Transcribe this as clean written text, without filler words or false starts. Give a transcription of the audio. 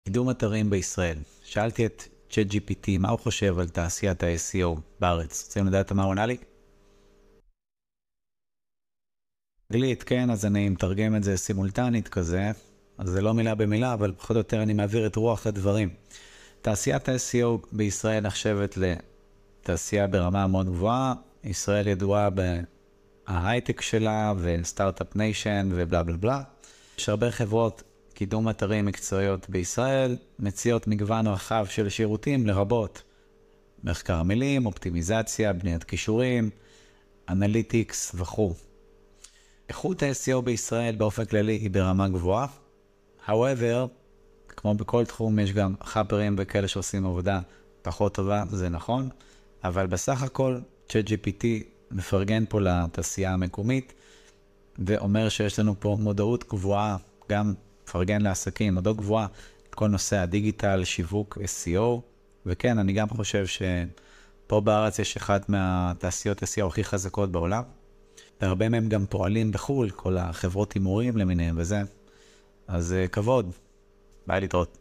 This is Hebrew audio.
קידום אתרים בישראל. שאלתי את ChatGPT מה הוא חושב על תעשיית ה-SEO בארץ. רוצים לדעת מה הוא ענה לי? אנגלית, כן, אז אני מתרגם את זה סימולטנית כזה, אז זה לא מילה במילה, אבל פחות או יותר אני מעביר את רוח הדברים. תעשיית ה-SEO בישראל נחשבת לתעשייה ברמה מאוד גבוהה. ישראל ידועה בהייטק שלה וסטארט-אפ ניישן ובלה בלה בלה. יש הרבה חברות קידום אתרים מקצועיות בישראל, מציעות מגוון רחב של שירותים לרבות מחקר מילים, אופטימיזציה, בניית קישורים, אנליטיקס וכו'. איכות ה-SEO בישראל באופן כללי היא ברמה גבוהה. However, כמו בכל תחום יש גם חאפרים וכאלה שעושים עבודה פחות טובה, זה נכון, אבל בסך הכל ChatGPT מפרגן פה לתעשייה המקומית, ואומר שיש לנו פה מודעות גבוהה, גם מפרגן לעסקים, מודעות גבוהה, כל נושא הדיגיטל, שיווק, SEO, וכן, אני גם חושב שפה בארץ יש אחת מהתעשיות SEO הכי חזקות בעולם, והרבה מהם גם פועלים בחול, כל החברות הימורים למיניהם וזה, אז כבוד, ביי להתראות.